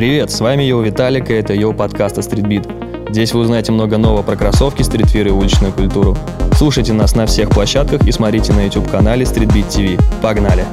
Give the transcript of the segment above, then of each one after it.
Привет, с вами Йоу Виталик, и это Йоу подкаст о Streetbeat. Здесь вы узнаете много нового про кроссовки, стритвир и уличную культуру. Слушайте нас на всех площадках и смотрите на YouTube-канале Streetbeat TV. Погнали!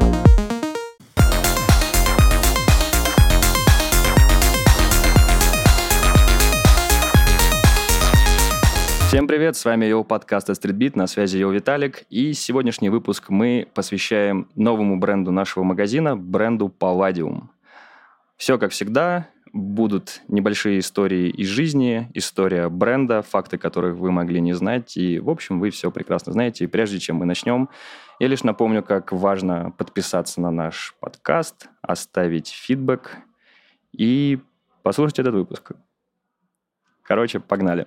Всем привет, с вами Йоу подкаст о Streetbeat, на связи Йоу Виталик, и сегодняшний выпуск мы посвящаем новому бренду нашего магазина, бренду Palladium. Все как всегда, будут небольшие истории из жизни, история бренда, факты, которых вы могли не знать, и, в общем, вы все прекрасно знаете. И прежде чем мы начнем, я лишь напомню, как важно подписаться на наш подкаст, оставить фидбэк и послушать этот выпуск. Короче, погнали.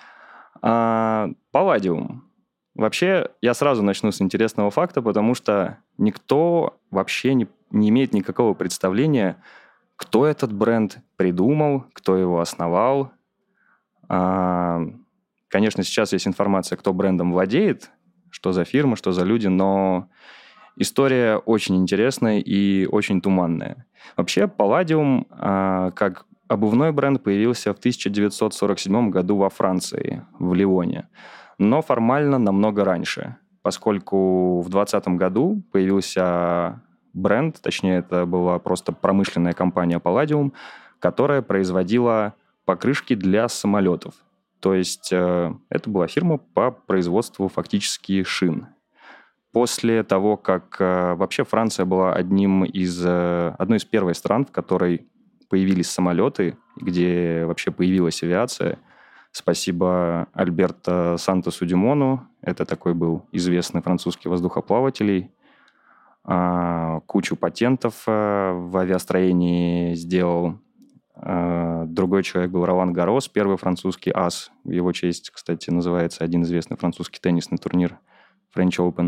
Palladium. Вообще, я сразу начну с интересного факта, потому что никто вообще не имеет никакого представления, кто этот бренд придумал, кто его основал. Конечно, сейчас есть информация, кто брендом владеет, что за фирма, что за люди, но история очень интересная и очень туманная. Вообще, Palladium, как обувной бренд, появился в 1947 году во Франции, в Лионе, но формально намного раньше, поскольку в 2020 году появился бренд, точнее, это была просто промышленная компания Palladium, которая производила покрышки для самолетов. То есть это была фирма по производству фактически шин. После того, как вообще Франция была одной из первых стран, в которой появились самолеты, где вообще появилась авиация. Спасибо Альберто Сантосу-Дюмону. Это такой был известный французский воздухоплаватель. Кучу патентов в авиастроении сделал. Другой человек был Ролан Гаррос, первый французский ас. В его честь, кстати, называется один известный французский теннисный турнир French Open.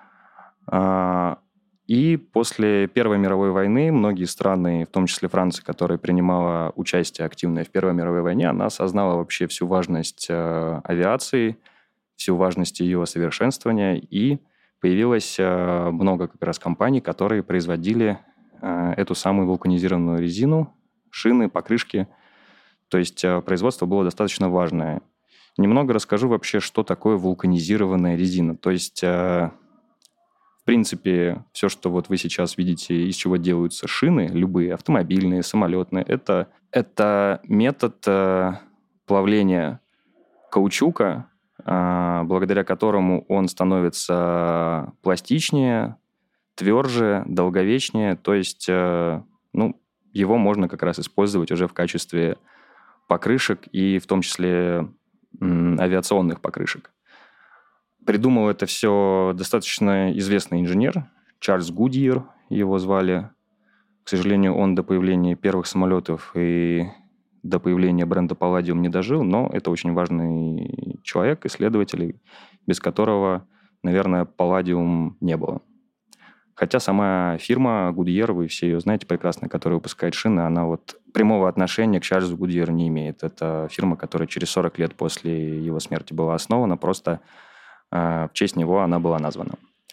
И после Первой мировой войны многие страны, в том числе Франция, которая принимала участие активное в Первой мировой войне, она осознала вообще всю важность авиации, всю важность ее совершенствования, и появилось много как раз компаний, которые производили эту самую вулканизированную резину, шины, покрышки. То есть производство было достаточно важное. Немного расскажу вообще, что такое вулканизированная резина. То есть, в принципе, все, что вот вы сейчас видите, из чего делаются шины, любые, автомобильные, самолетные, это метод плавления каучука, благодаря которому он становится пластичнее, тверже, долговечнее. То есть, его можно как раз использовать уже в качестве покрышек и в том числе авиационных покрышек. Придумал это все достаточно известный инженер, Чарльз Гудьер его звали. К сожалению, он до появления первых самолетов и до появления бренда Palladium не дожил, но это очень важный человек, исследователь, без которого, наверное, Palladium не было. Хотя сама фирма Goodyear, вы все ее знаете прекрасно, которая выпускает шины, она вот прямого отношения к Чарльзу Гудьеру не имеет. Это фирма, которая через 40 лет после его смерти была основана, просто в честь него она была названа.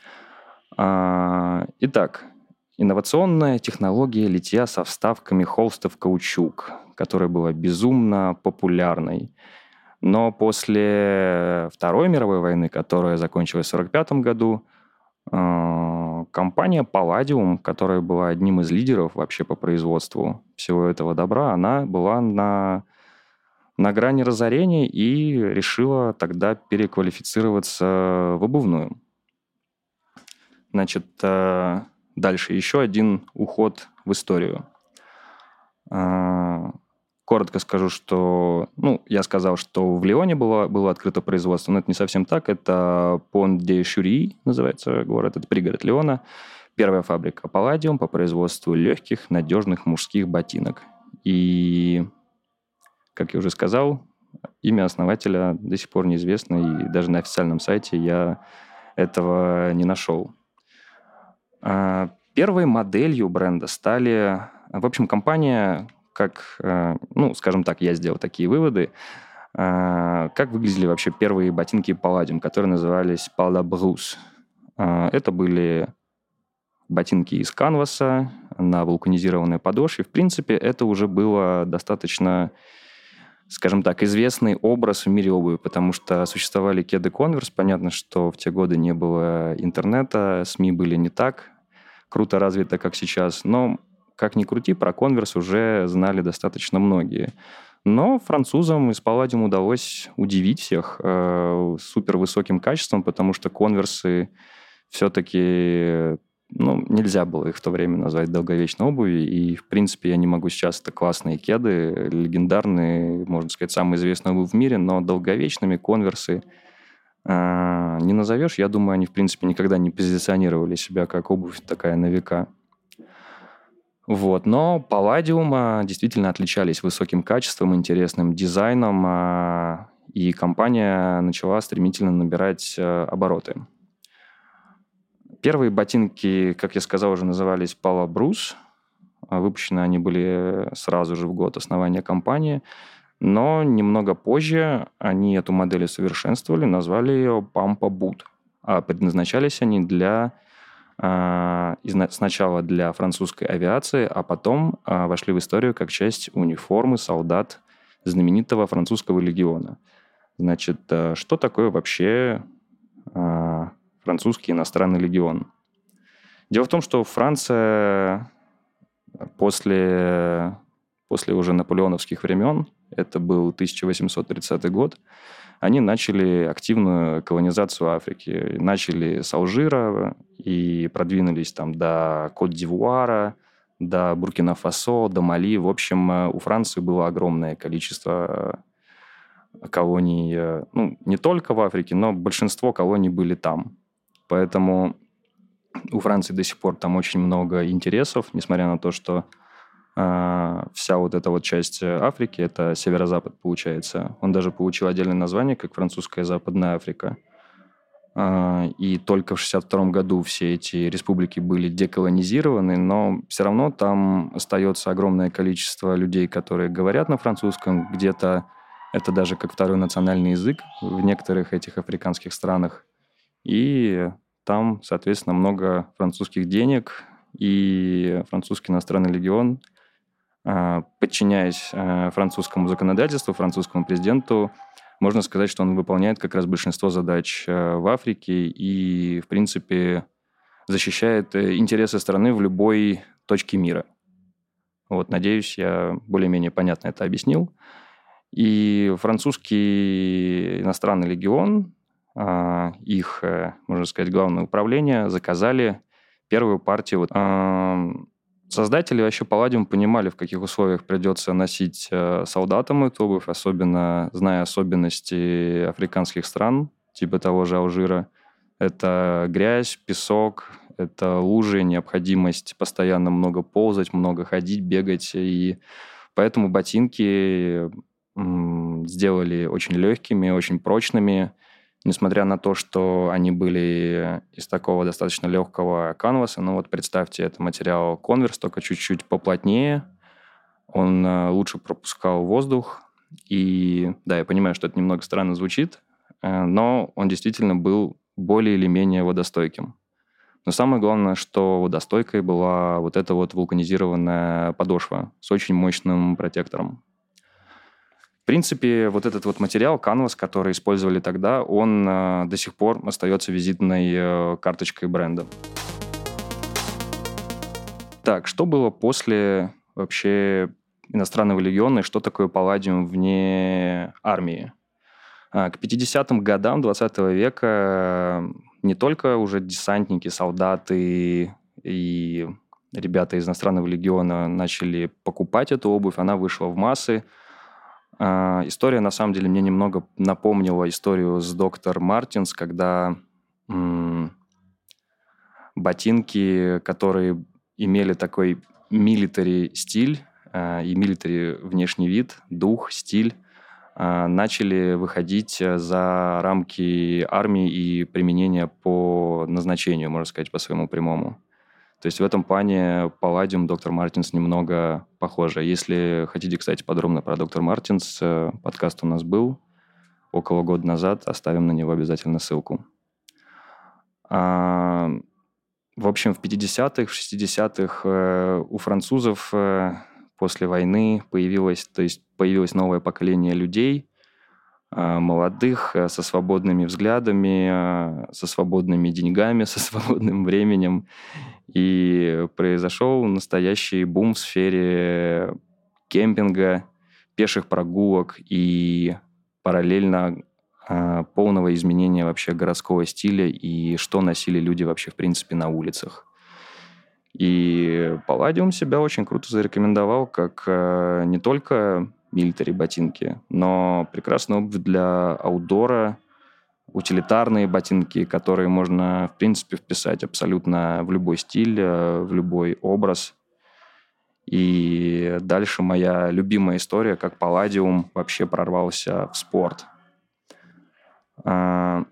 Итак, инновационная технология литья со вставками холста в каучук, которая была безумно популярной. Но после Второй мировой войны, которая закончилась в 1945 году, компания Palladium, которая была одним из лидеров вообще по производству всего этого добра, она была на грани разорения и решила тогда переквалифицироваться в обувную. Значит, дальше еще один уход в историю. Коротко скажу, что... я сказал, что в Лионе было открыто производство, но это не совсем так. Это Понт-де-Чури называется город, это пригород Лиона. Первая фабрика Palladium по производству легких, надежных мужских ботинок. И, как я уже сказал, имя основателя до сих пор неизвестно, и даже на официальном сайте я этого не нашел. Первой моделью бренда стали... В общем, компания... скажем так, я сделал такие выводы. Как выглядели вообще первые ботинки Palladium, которые назывались Pallabrousse. Это были ботинки из канваса, на вулканизированной подошве. В принципе, это уже было достаточно, скажем так, известный образ в мире обуви, потому что существовали кеды Converse. Понятно, что в те годы не было интернета, СМИ были не так круто развиты, как сейчас. Но, как ни крути, про Converse уже знали достаточно многие. Но французам из Palladium удалось удивить всех супер высоким качеством, потому что конверсы все-таки, нельзя было их в то время назвать долговечной обувью. И, в принципе, я не могу сейчас, это классные кеды, легендарные, можно сказать, самые известные обувь в мире, но долговечными конверсы не назовешь. Я думаю, они, в принципе, никогда не позиционировали себя как обувь такая на века. Вот. Но Palladium действительно отличались высоким качеством, интересным дизайном, и компания начала стремительно набирать обороты. Первые ботинки, как я сказал, уже назывались Pala Bruce. Выпущены они были сразу же в год основания компании. Но немного позже они эту модель усовершенствовали, назвали ее Pampa Boot. А предназначались они сначала для французской авиации, а потом вошли в историю как часть униформы солдат знаменитого французского легиона. Значит, что такое вообще французский иностранный легион? Дело в том, что Франция после уже наполеоновских времен, это был 1830 год, они начали активную колонизацию Африки. Начали с Алжира и продвинулись там до Кот-д'Ивуара, до Буркина-Фасо, до Мали. В общем, у Франции было огромное количество колоний, не только в Африке, но большинство колоний были там. Поэтому у Франции до сих пор там очень много интересов, несмотря на то, что вся вот эта вот часть Африки, это северо-запад получается. Он даже получил отдельное название, как французская Западная Африка. И только в 1962 году все эти республики были деколонизированы, но все равно там остается огромное количество людей, которые говорят на французском. Где-то это даже как второй национальный язык в некоторых этих африканских странах. И там, соответственно, много французских денег, и французский иностранный легион, подчиняясь французскому законодательству, французскому президенту, можно сказать, что он выполняет как раз большинство задач в Африке и, в принципе, защищает интересы страны в любой точке мира. Вот, надеюсь, я более-менее понятно это объяснил. И французский иностранный легион, их, можно сказать, главное управление, заказали первую партию. Создатели вообще Palladium понимали, в каких условиях придется носить солдатам эту обувь, особенно зная особенности африканских стран, типа того же Алжира. Это грязь, песок, это лужи, необходимость постоянно много ползать, много ходить, бегать. И поэтому ботинки сделали очень легкими, очень прочными. Несмотря на то, что они были из такого достаточно легкого канваса, вот представьте, это материал Converse, только чуть-чуть поплотнее, он лучше пропускал воздух, и да, я понимаю, что это немного странно звучит, но он действительно был более или менее водостойким. Но самое главное, что водостойкой была вот эта вот вулканизированная подошва с очень мощным протектором. В принципе, вот этот вот материал, канвас, который использовали тогда, он до сих пор остается визитной карточкой бренда. Так, что было после вообще иностранного легиона и что такое Palladium вне армии? К 50-м годам 20 века не только уже десантники, солдаты и ребята из иностранного легиона начали покупать эту обувь, она вышла в массы. История, на самом деле, мне немного напомнила историю с Dr. Martens, когда ботинки, которые имели такой милитари стиль и милитари внешний вид, дух, стиль, начали выходить за рамки армии и применения по назначению, можно сказать, по своему прямому. То есть в этом плане Palladium, Dr. Martens немного похожи. Если хотите, кстати, подробно про Dr. Martens, подкаст у нас был около года назад, оставим на него обязательно ссылку. В общем, в 50-х, в 60-х у французов после войны появилось новое поколение людей, молодых, со свободными взглядами, со свободными деньгами, со свободным временем. И произошел настоящий бум в сфере кемпинга, пеших прогулок и параллельно полного изменения вообще городского стиля и что носили люди вообще в принципе на улицах. И Palladium себя очень круто зарекомендовал как не только милитари ботинки, но прекрасный обувь для аутдора, утилитарные ботинки, которые можно, в принципе, вписать абсолютно в любой стиль, в любой образ. И дальше моя любимая история, как Palladium вообще прорвался в спорт. В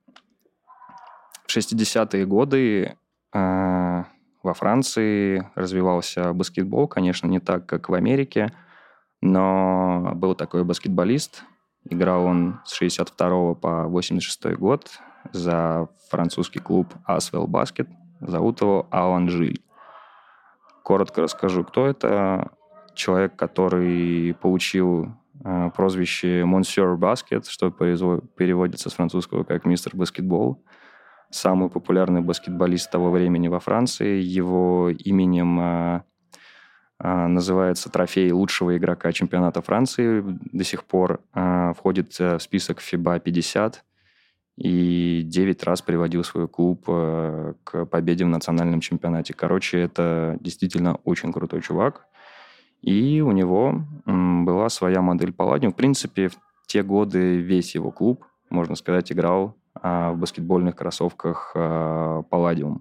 60-е годы во Франции развивался баскетбол, конечно, не так, как в Америке, но был такой баскетболист. Играл он с 62 по 86 год за французский клуб Asvel Basket. Зовут его Алан Жиль. Коротко расскажу, кто это. Человек, который получил прозвище Monsieur Basket, что переводится с французского как «Мистер Баскетбол». Самый популярный баскетболист того времени во Франции. Его именем называется трофей лучшего игрока чемпионата Франции. До сих пор входит в список FIBA 50 и 9 раз приводил свой клуб к победе в национальном чемпионате. Короче, это действительно очень крутой чувак. И у него была своя модель Palladium. В принципе, в те годы весь его клуб, можно сказать, играл в баскетбольных кроссовках Palladium.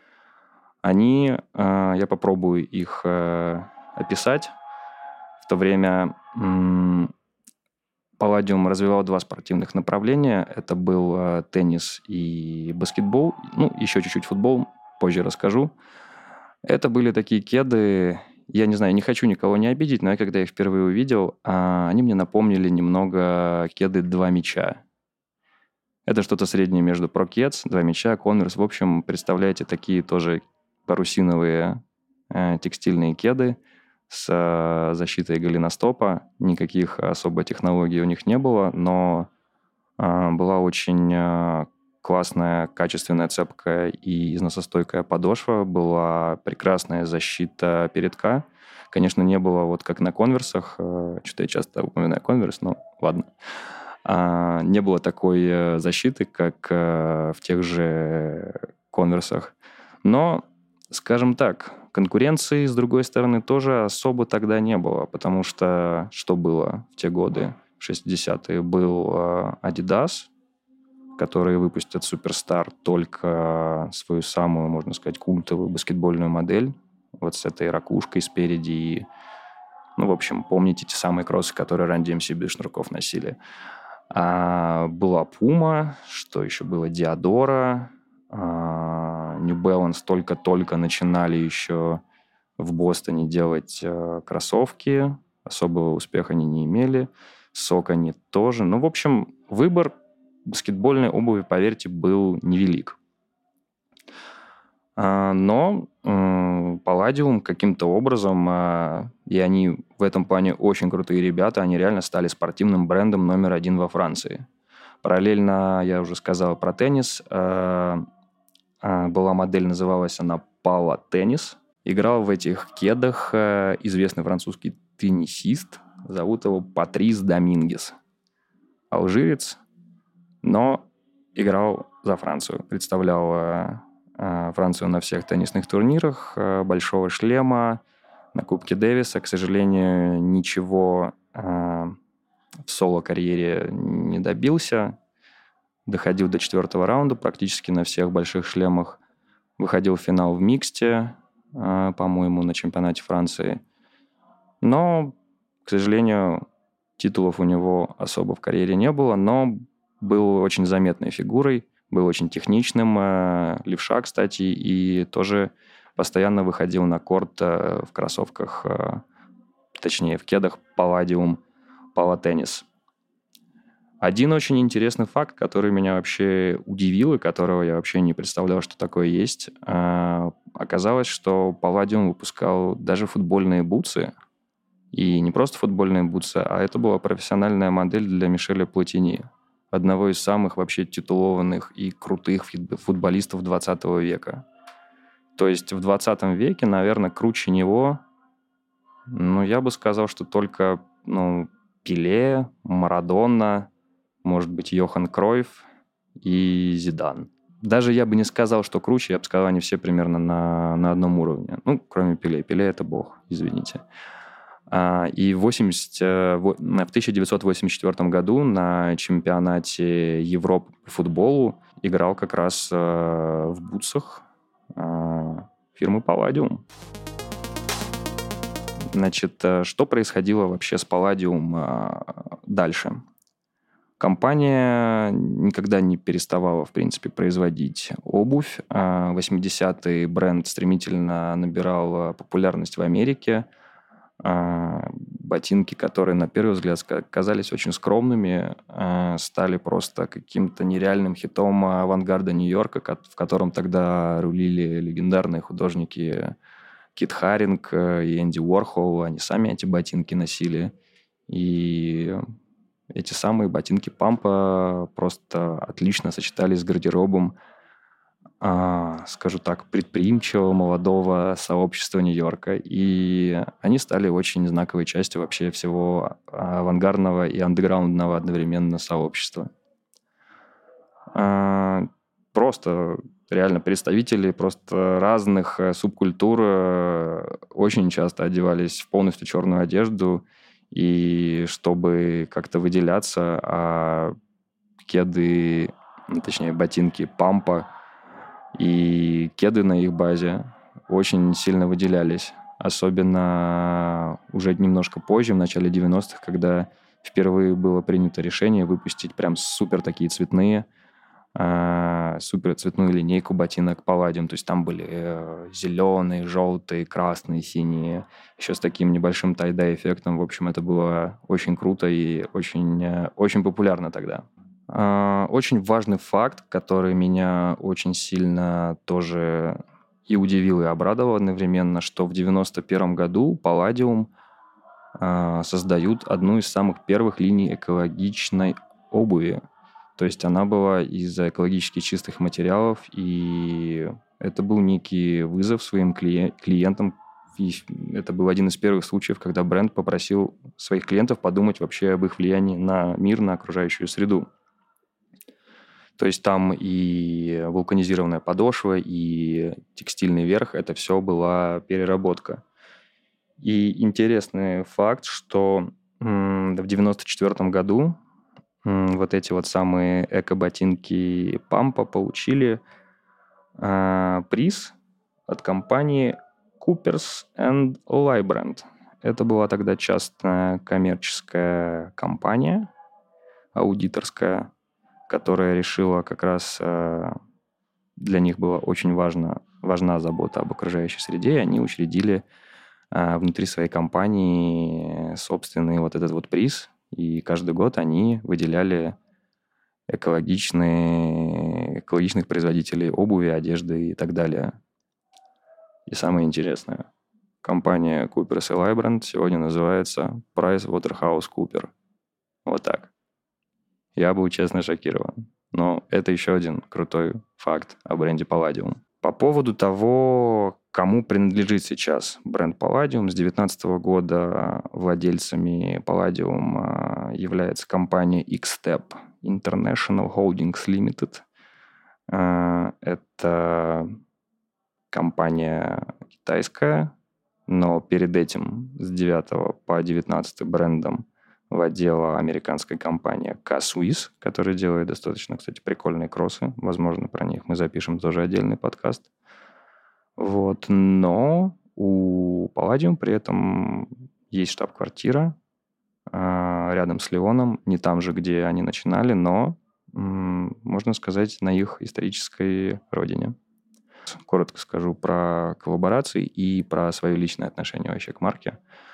Я попробую их описать. В то время Palladium развивал два спортивных направления. Это был теннис и баскетбол. Еще чуть-чуть футбол, позже расскажу. Это были такие кеды, я не знаю, не хочу никого не обидеть, но я когда их впервые увидел, они мне напомнили немного кеды «Два мяча». Это что-то среднее между Pro Keds, «Два мяча», Converse. В общем, представляете, такие тоже парусиновые текстильные кеды с защитой голеностопа. Никаких особо технологий у них не было, но была очень классная, качественная, цепкая и износостойкая подошва. Была прекрасная защита передка. Конечно, не было вот как на конверсах. Что-то я часто упоминаю конверс, но ладно. Не было такой защиты, как в тех же конверсах. Но, скажем так, конкуренции, с другой стороны, тоже особо тогда не было, потому что было в те годы, в 60-е, был Adidas, которые выпустят Superstar только свою самую, можно сказать, культовую баскетбольную модель, вот с этой ракушкой спереди. И, в общем, помните те самые кроссы, которые Run DMC без шнурков носили. Была Puma, что еще было? Diadora, New Balance только-только начинали еще в Бостоне делать кроссовки. Особого успеха они не имели. Сок они тоже. В общем, выбор баскетбольной обуви, поверьте, был невелик. Но Palladium каким-то образом, и они в этом плане очень крутые ребята, они реально стали спортивным брендом номер один во Франции. Параллельно, я уже сказал про теннис, была модель, называлась она Pala Tennis. Играл в этих кедах известный французский теннисист, зовут его Патрис Домингес. Алжирец, но играл за Францию, представлял Францию на всех теннисных турнирах, большого шлема, на Кубке Дэвиса. К сожалению, ничего в соло-карьере не добился. Доходил до 4-го раунда практически на всех больших шлемах. Выходил в финал в миксте, по-моему, на чемпионате Франции. Но, к сожалению, титулов у него особо в карьере не было, но был очень заметной фигурой, был очень техничным, левша, кстати, и тоже постоянно выходил на корт в кроссовках, точнее, в кедах Palladium Pala Tennis. Один очень интересный факт, который меня вообще удивил, и которого я вообще не представлял, что такое есть. Оказалось, что Palladium выпускал даже футбольные бутсы. И не просто футбольные бутсы, а это была профессиональная модель для Мишеля Платини, одного из самых вообще титулованных и крутых футболистов 20 века. То есть в 20 веке, наверное, круче него, я бы сказал, что только, Пеле, Марадона, может быть, Йохан Кройф и Зидан. Даже я бы не сказал, что круче, я бы сказал, они все примерно на одном уровне. Кроме Пеле. Пеле – это бог, извините. И в 1984 году на чемпионате Европы по футболу играл как раз в бутсах фирмы Palladium. Значит, что происходило вообще с Palladium дальше? Компания никогда не переставала, в принципе, производить обувь. 80-й бренд стремительно набирал популярность в Америке. Ботинки, которые на первый взгляд казались очень скромными, стали просто каким-то нереальным хитом авангарда Нью-Йорка, в котором тогда рулили легендарные художники Кит Харинг и Энди Уорхол. Они сами эти ботинки носили. И эти самые ботинки Пампа просто отлично сочетались с гардеробом, скажу так, предприимчивого молодого сообщества Нью-Йорка. И они стали очень знаковой частью вообще всего авангардного и андеграундного одновременно сообщества. Просто реально представители просто разных субкультур очень часто одевались в полностью черную одежду, и чтобы как-то выделяться, кеды, точнее ботинки Пампа и кеды на их базе очень сильно выделялись. Особенно уже немножко позже, в начале 90-х, когда впервые было принято решение выпустить прям супер такие цветные, супер цветную линейку ботинок Palladium. То есть там были зеленые, желтые, красные, синие, еще с таким небольшим тай-дай эффектом. В общем, это было очень круто и очень, очень популярно тогда. Очень важный факт, который меня очень сильно тоже и удивил, и обрадовал одновременно, что в 91 году Palladium создают одну из самых первых линий экологичной обуви. То есть она была из экологически чистых материалов, и это был некий вызов своим клиентам. И это был один из первых случаев, когда бренд попросил своих клиентов подумать вообще об их влиянии на мир, на окружающую среду. То есть там и вулканизированная подошва, и текстильный верх – это все была переработка. И интересный факт, что в 1994 году вот эти вот самые эко-ботинки Пампа получили приз от компании Coopers and Lybrand. Это была тогда частная коммерческая компания, аудиторская, которая решила как раз, для них была очень важна забота об окружающей среде, и они учредили внутри своей компании собственный вот этот вот приз, и каждый год они выделяли экологичных производителей обуви, одежды и так далее. И самое интересное, компания Coopers & Lybrand сегодня называется PricewaterhouseCoopers. Вот так. Я был, честно, шокирован. Но это еще один крутой факт о бренде Palladium. По поводу того, кому принадлежит сейчас бренд Palladium, с 2019 года владельцами Palladium является компания X-Step International Holdings Limited. Это компания китайская, но перед этим с 9 по 19 брендом владела американская компания K-Swiss, которая делает достаточно, кстати, прикольные кроссы. Возможно, про них мы запишем тоже отдельный подкаст. Вот. Но у Palladium при этом есть штаб-квартира рядом с Лионом, не там же, где они начинали, но, можно сказать, на их исторической родине. Коротко скажу про коллаборации и про свое личное отношение вообще к марке.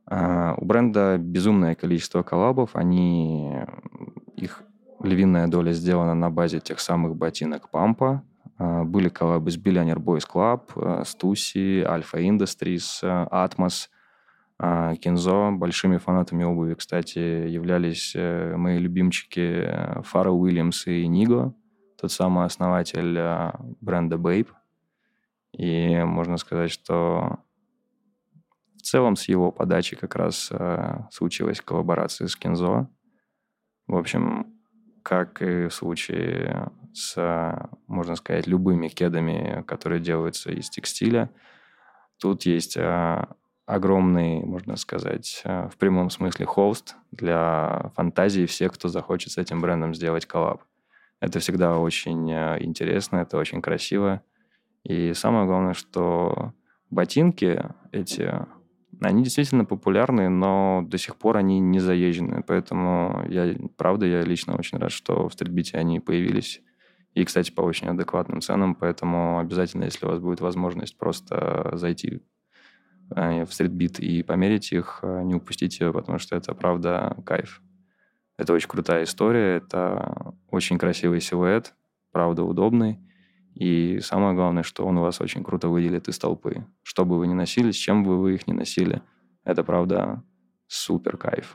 У бренда безумное количество коллабов. Их львиная доля сделана на базе тех самых ботинок Пампа. Были коллабы с Billionaire Boys Club, Stussy, Alpha Industries, Atmos, Kenzo. Большими фанатами обуви, кстати, являлись мои любимчики Фаррелл Уильямс и Ниго, тот самый основатель бренда Bape. И можно сказать, что в целом с его подачи как раз случилась коллаборация с Kenzo. В общем, как и в случае с, можно сказать, любыми кедами, которые делаются из текстиля, тут есть огромный, можно сказать, в прямом смысле холст для фантазии всех, кто захочет с этим брендом сделать коллаб. Это всегда очень интересно, это очень красиво. И самое главное, что ботинки эти, они действительно популярны, но до сих пор они не заезжены. Поэтому я лично очень рад, что в стритбите они появились. И, кстати, по очень адекватным ценам. Поэтому обязательно, если у вас будет возможность просто зайти в стритбит и померить их, не упустите ее, потому что это, правда, кайф. Это очень крутая история, это очень красивый силуэт, правда, удобный. И самое главное, что он вас очень круто выделит из толпы. Что бы вы ни носили, с чем бы вы их ни носили, это, правда, супер кайф.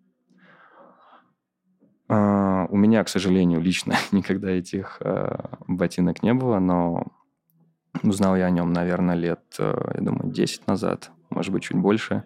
У меня, к сожалению, лично никогда этих ботинок не было, но узнал я о нем, наверное, лет, я думаю, 10 назад, может быть, чуть больше.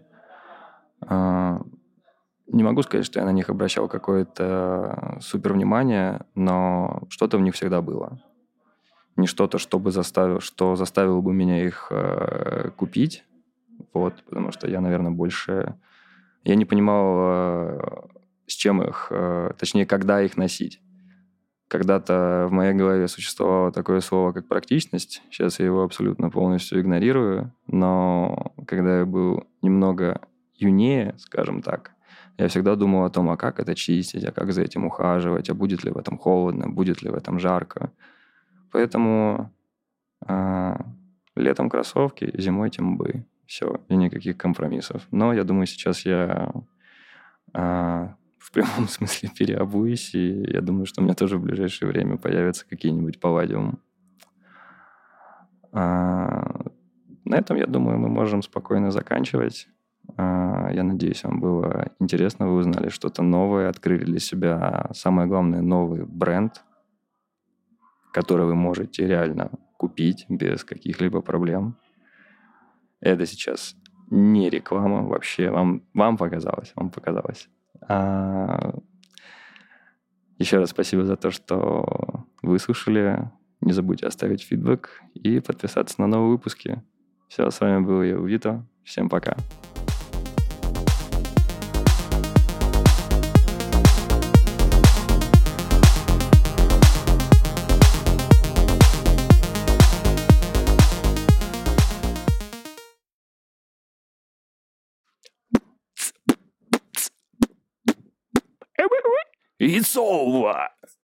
Не могу сказать, что я на них обращал какое-то супер внимание, но что-то в них всегда было. Не что-то, что заставило бы меня их купить, вот, потому что я, наверное, больше... Я не понимал, с чем их, точнее, когда их носить. Когда-то в моей голове существовало такое слово, как практичность. Сейчас я его абсолютно полностью игнорирую. Но когда я был немного юнее, скажем так, я всегда думал о том, а как это чистить, а как за этим ухаживать, а будет ли в этом холодно, будет ли в этом жарко. Поэтому летом кроссовки, зимой тимбы. Все, и никаких компромиссов. Но я думаю, сейчас я в прямом смысле переобуюсь, и я думаю, что у меня тоже в ближайшее время появятся какие-нибудь палладиум. На этом, я думаю, мы можем спокойно заканчивать. Я надеюсь, вам было интересно, вы узнали что-то новое, открыли для себя, самое главное, новый бренд, который вы можете реально купить без каких-либо проблем. Это сейчас не реклама вообще. Вам показалось, вам показалось. Еще раз спасибо за то, что выслушали. Не забудьте оставить фидбэк и подписаться на новые выпуски. Все, с вами был я, Вито. Всем пока. It's over.